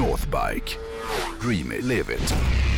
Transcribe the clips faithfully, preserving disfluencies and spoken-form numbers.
Northbike. Dream it, live it.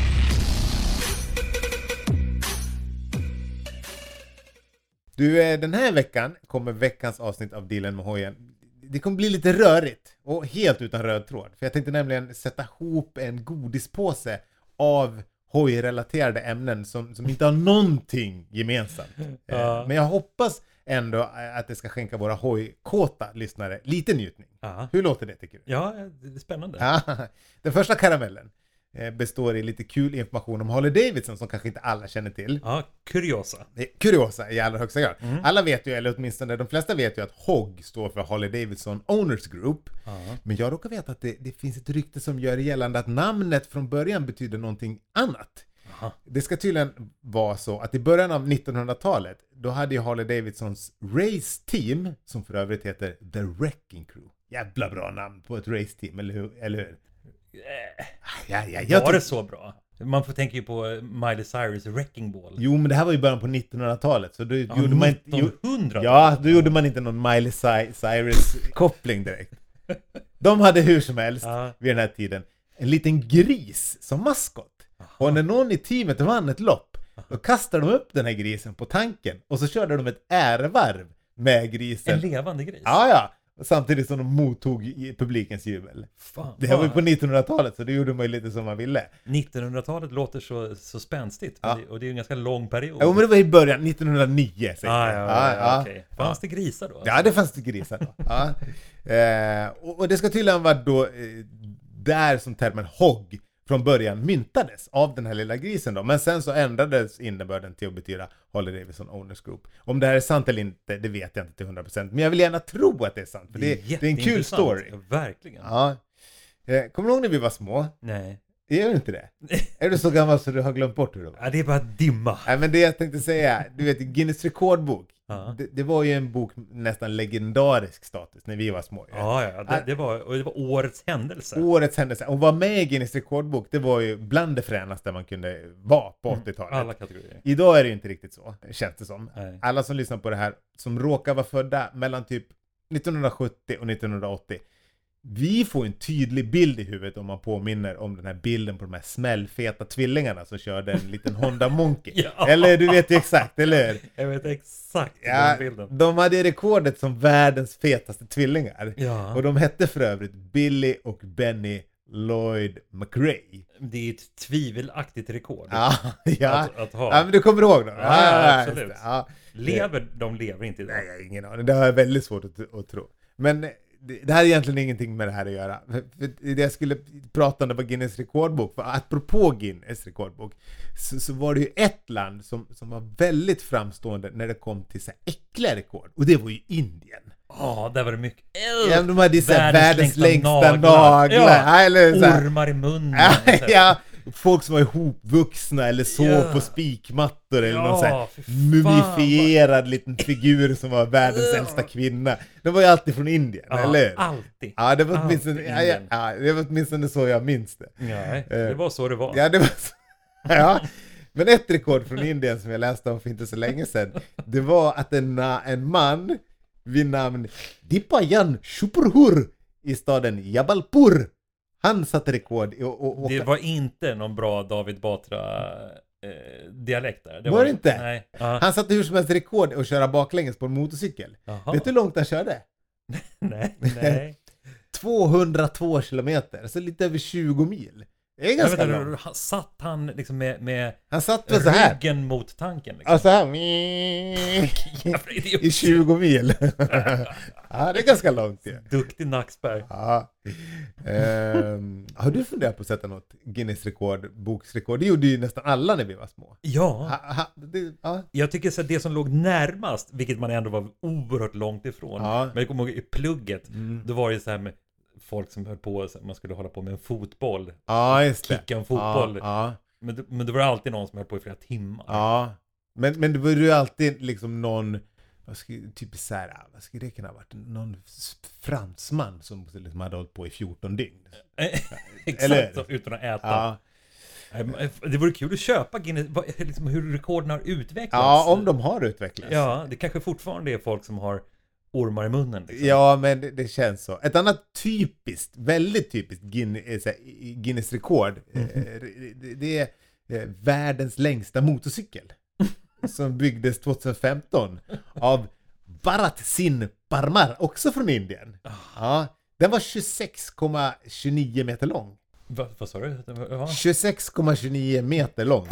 Du, den här veckan kommer veckans avsnitt av Dealen med hojen. Det kommer bli lite rörigt och helt utan röd tråd. För jag tänkte nämligen sätta ihop en godispåse av hojrelaterade ämnen som, som inte har någonting gemensamt. Ja. Men jag hoppas ändå att det ska skänka våra hojkåta lyssnare lite njutning. Ja. Hur låter det, tycker du? Ja, det är spännande. Ja. Den första karamellen består i lite kul information om Harley Davidson som kanske inte alla känner till. Ja, kuriosa. Kuriosa i allra högsta grad. Mm. Alla vet ju, eller åtminstone de flesta vet ju att H O G står för Harley Davidson Owners Group. Ja. Men jag råkar veta att det, det finns ett rykte som gör gällande att namnet från början betyder någonting annat. Aha. Det ska tydligen vara så att i början av nittonhundratalet då hade ju Harley Davidsons race team, som för övrigt heter The Wrecking Crew. Jävla bra namn på ett race team, eller hur? Eller hur? Äh, Ja, ja, jag var tror... det så bra? Man får tänka ju på Miley Cyrus Wrecking Ball. Jo, men det här var ju början på nittonhundratalet, så då Ja, gjorde man inte... nittonhundra. Ja, då gjorde man inte någon Miley Cyrus-koppling direkt. De hade hur som helst Ja. vid den här tiden en liten gris som maskot. Och när någon i teamet vann ett lopp, då kastade de upp den här grisen på tanken och så körde de ett ärevarv med grisen. En levande gris. Ja, ja. Och samtidigt som de mottog i publikens jubel. Fan, Det här var ju fan. på nittonhundratalet, så det gjorde man ju lite som man ville. nittonhundratalet låter så, så spänstigt. Ja. Men det, och det är ju en ganska lång period. Jo, men det var i början, nittonhundranio. Säger Ah, jag. ja, ja, ja, okej. ja. Fanns det grisar då? Ja, det fanns det grisar då. Ja. Eh, och, och det ska tydligen vara då eh, där som termen H O G från början myntades av den här lilla grisen då. Men sen så ändrades innebörden till att betyda Harley Davidson Owners Group. Om det här är sant eller inte, det vet jag inte till hundra procent. Men jag vill gärna tro att det är sant. För det, det, är, det är en kul jätteintressant. story. Ja, verkligen. Ja. Eh, kommer du ihåg när vi var små? Nej. Gör du inte det? Är du så gammal så du har glömt bort hur det var? Ja, det är bara dimma. Nej, men det jag tänkte säga, du vet, Guinness rekordbok. Ja. Det, det var ju en bok nästan legendarisk status när vi var små. Ja, ja, det, det, var, och det var årets händelse. Årets händelse. Och vara med i Guinness rekordbok, det var ju bland det fränaste man kunde vara på åttiotalet. Alla kategorier. Idag är det ju inte riktigt så, känns det som. Nej. Alla som lyssnar på det här, som råkar vara födda mellan typ nittonhundrasjuttio och nittonhundraåttio, vi får en tydlig bild i huvudet om man påminner om den här bilden på de här smällfeta tvillingarna som körde en liten Honda Monkey. Ja. Eller du vet ju exakt, eller hur? Jag vet exakt Ja, den bilden. de hade rekordet som världens fetaste tvillingar. Ja. Och de hette för övrigt Billy och Benny Lloyd McRae. Det är ett tvivelaktigt rekord. Ja, ja. Att, att ha. Ja, men du kommer ihåg dem? Ja, ja, absolut. just det. Ja. Lever, de lever inte idag. Nej, jag har ingen aning. Det har jag väldigt svårt att, att tro. Men det, det här är egentligen ingenting med det här att göra. För, för det jag skulle prata om det var Guinness rekordbok. För apropå Guinness rekordbok så, så var det ju ett land som, som var väldigt framstående när det kom till så här äckliga rekord. Och det var ju Indien. Ja, där var det mycket. Ja, de hade ju så här Världens världens längsta längsta naglar. naglar. Ja. Eller så här. Ormar i munnen. Ja, ja, folk som var ihopvuxna eller sov Ja. på spikmattor eller Ja, någon så här fy fan, mumifierad liten figur som var världens Ja. äldsta kvinna. Det var ju alltid från Indien, Ja, eller hur? alltid. Ja, det var Alltid åtminstone, ja, ja, Indien. ja, det var åtminstone så jag minns det. Nej, det var så det var. Ja, det var så. Ja. Men ett rekord från Indien som jag läste om för inte så länge sedan, det var att en, en man vid namn Dipayan Shupurhur i staden Jabalpur, han satte rekord i att åka. Det var inte någon bra David Batra eh, dialekt där. Var det inte? Nej. Ja. Han satte hur som helst rekord att köra baklänges på en motorcykel. Jaha. Vet du hur långt han körde? Nej, nej. tvåhundratvå kilometer, alltså lite över tjugo mil. Det är Jag ganska vet, långt. inte, satt han liksom med, med Han satt väl så här. ryggen mot tanken liksom. Ja, så här. Jävla idiot. I tjugo mil. Ja, det är ganska långt. Ja. Duktig Nacksberg. Ja. Ehm, har du funderat på att sätta något Guinness-rekord, boksrekord? Det gjorde ju nästan alla när vi var små. Ja, Ha, ha, det, ja. jag tycker så att det som låg närmast, vilket man ändå var oerhört långt ifrån, Ja. men jag kommer ihåg i plugget, Mm. då var det så här med folk som höll på, så här, man skulle hålla på med en fotboll, Ja, just det. kicka en fotboll, Ja, men, då- men då var det alltid någon som höll på i flera timmar. ja. Men, men det var ju alltid liksom någon, vad ska, typ så här, vad skulle det kunna ha varit? Någon fransman som liksom hade hållit på i fjorton dygn. Exakt, Eller? så, utan att äta. Ja. Nej, men Det vore kul att köpa Guinness, vad- liksom hur rekorden har utvecklats. Ja, om de har utvecklats. Ja, det kanske fortfarande är folk som har ormar i munnen. Liksom. Ja, men det, det känns så. Ett annat typiskt, väldigt typiskt Guinness, eh, Guinness rekord, mm. eh, det, det är eh, världens längsta motorcykel som byggdes tjugohundrafemton av Bharat Singh Parmar, också från Indien. Oh. Ja, den var tjugosex komma tjugonio meter lång. Va, vad sa du? Ja. tjugosex komma tjugonio meter lång.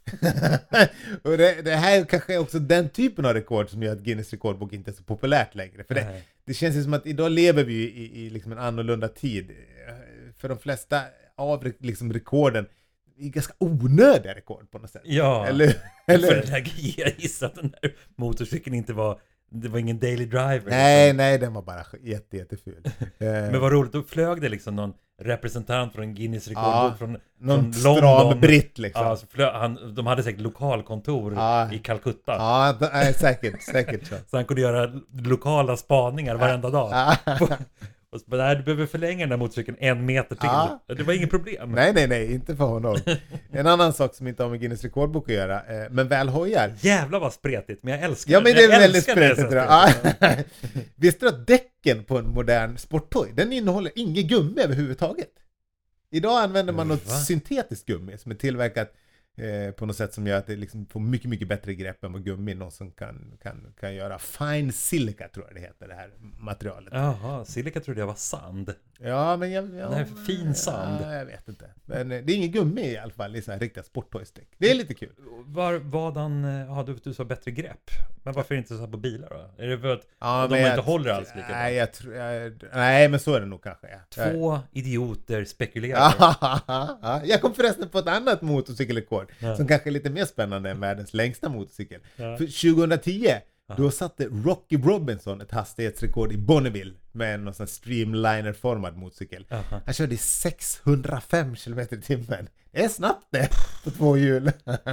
Och det, det här är kanske också den typen av rekord som gör att Guinness rekordbok inte är så populärt längre. För det, det känns ju som att idag lever vi i, i liksom en annorlunda tid. För de flesta av liksom rekorden är ganska onödiga rekord på något sätt. Ja, eller, eller? För jag gissar att den där motorcykeln inte var, det var ingen daily driver. Nej, liksom. nej, den var bara jätte, jätteful. Men vad roligt, då flög det liksom någon representant från Guinness rekordbok ja, från, någon från London. britt liksom. Ja, så flög, han, de hade säkert lokalkontor ja. i Calcutta. Ja, nej, säkert, säkert så. Så han kunde göra lokala spaningar varenda dag. Ja. Och så, nej, du behöver förlänga den här motorcykeln en meter till. Ja. Det var inget problem. Nej, nej, nej, inte för honom. En annan sak som inte har med Guinness rekordbok att göra, eh, men väl hojar. Jävlar vad spretigt, men jag älskar Ja, men det är jag väldigt älskar spretigt. det Ja. Visste du att däcken på en modern sporttoj, den innehåller inget gummi överhuvudtaget? Idag använder man något Va? syntetiskt gummi som är tillverkat eh, på något sätt som gör att det liksom får mycket, mycket bättre grepp än vad gummi någon som kan, kan, kan göra. Fine silica tror jag det heter, det här materialet. Jaha, silika trodde jag var sand. Ja, men jag... Ja, Nej, fin sand. Ja, jag vet inte. Men eh, det är inget gummi i alla fall i så här riktiga sporttojstick. Det är lite kul. Var, vadan, ja, du, du sa bättre grepp. Men varför inte så här på bilar då? Är det för att Ja, de men inte jag, håller alls lika bra? Nej, jag tror... Jag, nej, men så är det nog kanske. Ja. Två idioter spekulerar. Ja, jag kom förresten på ett annat motorcykelrekord Ja. som kanske är lite mer spännande än världens längsta motorcykel. Ja. För tjugohundratio då satte Rocky Robinson ett hastighetsrekord i Bonneville med en sån streamliner-formad motorcykel. Aha. Han körde i sexhundrafem kilometer i timmen. Det är snabbt det på två hjul.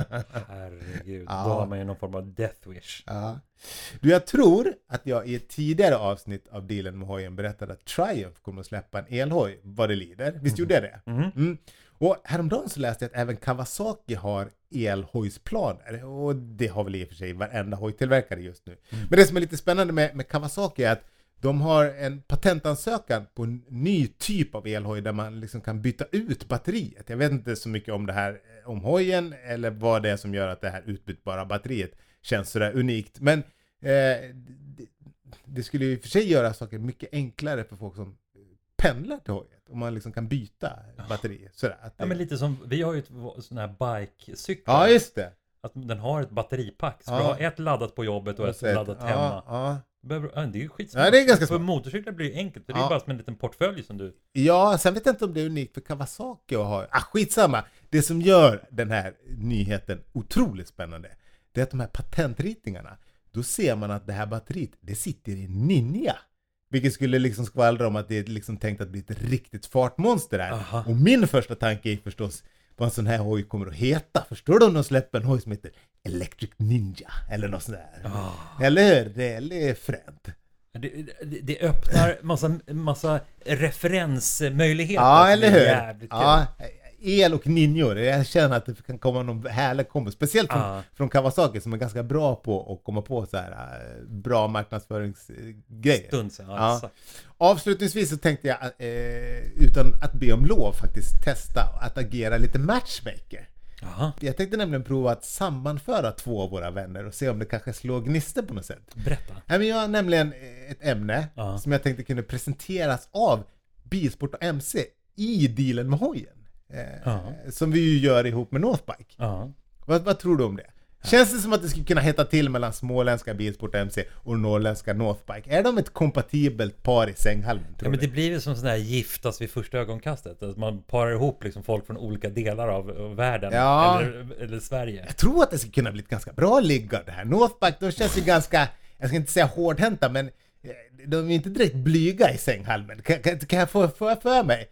Herregud, Ja. då har man ju någon form av death wish. Ja. Du, jag tror att jag i ett tidigare avsnitt av Dealen med hojen berättade att Triumph kommer att släppa en elhoj vad det lider. Visst gjorde jag det? Mm. Mm. Och häromdagen så läste jag att även Kawasaki har elhojsplaner. Och det har väl i och för sig varenda hojtillverkare just nu. Mm. Men det som är lite spännande med, med Kawasaki är att de har en patentansökan på en ny typ av elhoj där man liksom kan byta ut batteriet. Jag vet inte så mycket om det här, om hojen eller vad det är som gör att det här utbytbara batteriet känns sådär unikt. Men eh, det, det skulle ju för sig göra saker mycket enklare för folk som pendlar till hojen. Om man liksom kan byta batteri. Sådär, att det... Ja, men lite som, vi har ju ett sån här bike-cykel. Ja, just det. Att den har ett batteripack. Så Ja. du har ett laddat på jobbet och, Och ett så ett- laddat ja, hemma. Ja. Behöver, ja, det är ju skitsmart. Ja, det är ganska För smart. motorcyklar blir ju enkelt. För det är Ja. bara som en liten portfölj som du... Ja, sen vet jag inte om det är unikt för Kawasaki att ha. Ah, skitsamma. Det som gör den här nyheten otroligt spännande, det är att de här patentritningarna, då ser man att det här batteriet, det sitter i Ninja. Vilket skulle liksom skvallra om att det är liksom tänkt att bli ett riktigt fartmonster där. Aha. Och min första tanke är förstås vad en sån här hoj kommer att heta. Förstår du om de släpper en hoj som heter Electric Ninja? Eller något sånt där. Ah. Eller hur? Det är fränt. Det, det, det öppnar massa, massa referensmöjligheter. Ja, som eller är hur? jävligt Ja, el och ninjor. Jag känner att det kan komma någon härlig kombo. Speciellt från, Ja. från Kawasaki som är ganska bra på att komma på så här äh, bra marknadsföringsgrejer. Stund sen. Ja. Alltså. Avslutningsvis så tänkte jag eh, utan att be om lov faktiskt testa att agera lite matchmaker. Jaha, Jag tänkte nämligen prova att sammanföra två av våra vänner och se om det kanske slår gnister på något sätt. berätta. Nej, men jag har nämligen ett ämne Ja. som jag tänkte kunde presenteras av Bilsport och M C i dealen med hojen. Eh, Ja. Som vi ju gör ihop med Northbike. Ja. Vad, vad tror du om det? Känns det som att det skulle kunna hetta till mellan småländska Bilsport M C och norrländska Northbike? Är de ett kompatibelt par i sänghalmen? Ja, Tror men du? det blir ju som sån där giftas vid första ögonkastet. Att man parar ihop liksom folk från olika delar av, av världen. Ja. Eller, eller Sverige. Jag tror att det skulle kunna bli ett ganska bra ligga det här. Northbike, de känns ju ganska, jag ska inte säga hårdhänta, men de är inte direkt blyga i sänghalmen. Kan, kan, kan jag få för, för mig?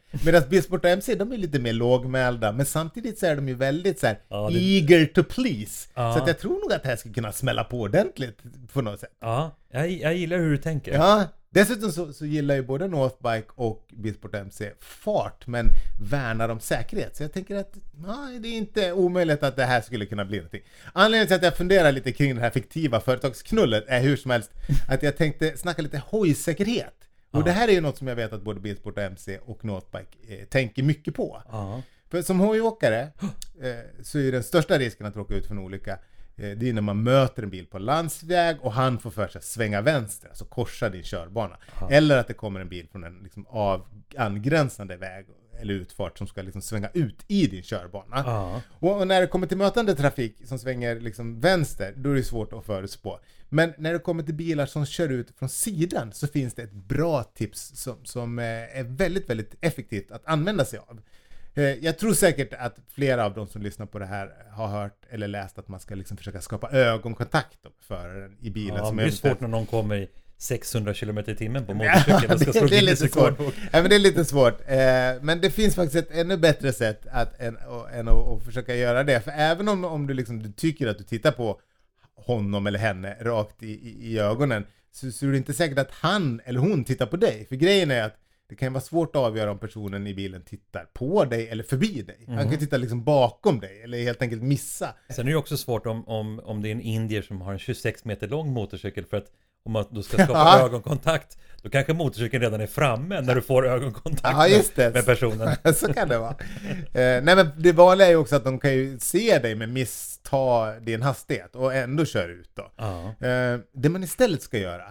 Medan Bilsport och M C, de är lite mer lågmälda, men samtidigt så är de ju väldigt så här Ja, det- eager to please. Ja. Så att jag tror nog att det här ska kunna smälla på ordentligt på något sätt. Ja, jag, jag gillar hur du tänker. Ja, dessutom så, så gillar ju både Northbike och Bilsport M C fart, men värnar om säkerhet. Så jag tänker att ja, det är inte omöjligt att det här skulle kunna bli någonting. Anledningen till att jag funderar lite kring det här fiktiva företagsknullet är hur som helst att jag tänkte snacka lite hojsäkerhet. Och Ja. det här är ju något som jag vet att både Bilsport och M C och Northbike eh, tänker mycket på. Ja. För som hojåkare eh, så är den största risken att råka ut för en olycka eh, det är när man möter en bil på landsväg och han får för sig att svänga vänster, alltså korsa din körbana. Aha. Eller att det kommer en bil från en liksom, av angränsande väg eller utfart som ska liksom, svänga ut i din körbana. Ja. Och, och när det kommer till mötande trafik som svänger liksom, vänster, då är det svårt att förutspå. Men när det kommer till bilar som kör ut från sidan så finns det ett bra tips som, som eh, är väldigt, väldigt effektivt att använda sig av. Jag tror säkert att flera av de som lyssnar på det här har hört eller läst att man ska liksom försöka skapa ögonkontakt med föraren i bilen. Ja, som det är eventuellt- svårt när någon kommer i sexhundra kilometer i timmen på motorcykel och ska slå det, det är lite guinnessrekord. svårt. Ja, men det är lite svårt. Eh, men det finns faktiskt ett ännu bättre sätt att, än, och, än att, att försöka göra det. För även om, om du, liksom, du tycker att du tittar på honom eller henne rakt i, i, i ögonen så, så är det inte säkert att han eller hon tittar på dig. För grejen är att det kan vara svårt att avgöra om personen i bilen tittar på dig eller förbi dig. Han Mhm. kan titta liksom bakom dig eller helt enkelt missa. Sen är det ju också svårt om, om, om det är en indier som har en tjugosex meter lång motorcykel, för att om man då ska skapa Ja. ögonkontakt, då kanske motorcykeln redan är framme när du får ögonkontakt Ja, just det. med, med personen. Så kan det vara. Eh, nej, men det vanliga är ju också att de kan ju se dig med missta din hastighet och ändå köra ut då. Ja. Eh, det man istället ska göra,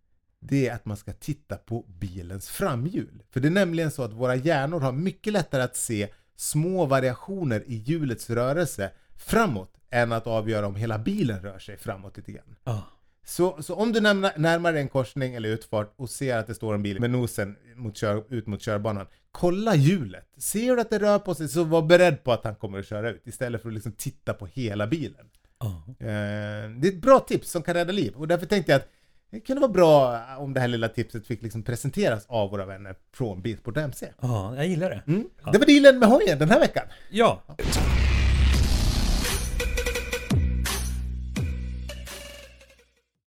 det är att man ska titta på bilens framhjul. För det är nämligen så att våra hjärnor har mycket lättare att se små variationer i hjulets rörelse framåt än att avgöra om hela bilen rör sig framåt lite grann. Ja. Så, så om du närmar, närmar en korsning eller utfart och ser att det står en bil med nosen mot kör, ut mot körbanan, kolla hjulet. Ser du att det rör på sig, så var beredd på att han kommer att köra ut istället för att liksom titta på hela bilen. Ja. Eh, det är ett bra tips som kan rädda liv, och därför tänkte jag att det kunde vara bra om det här lilla tipset fick liksom presenteras av våra vänner från Bilsport M C. Ja, jag gillar det. Mm. Det var dealen med hojen den här veckan. Ja.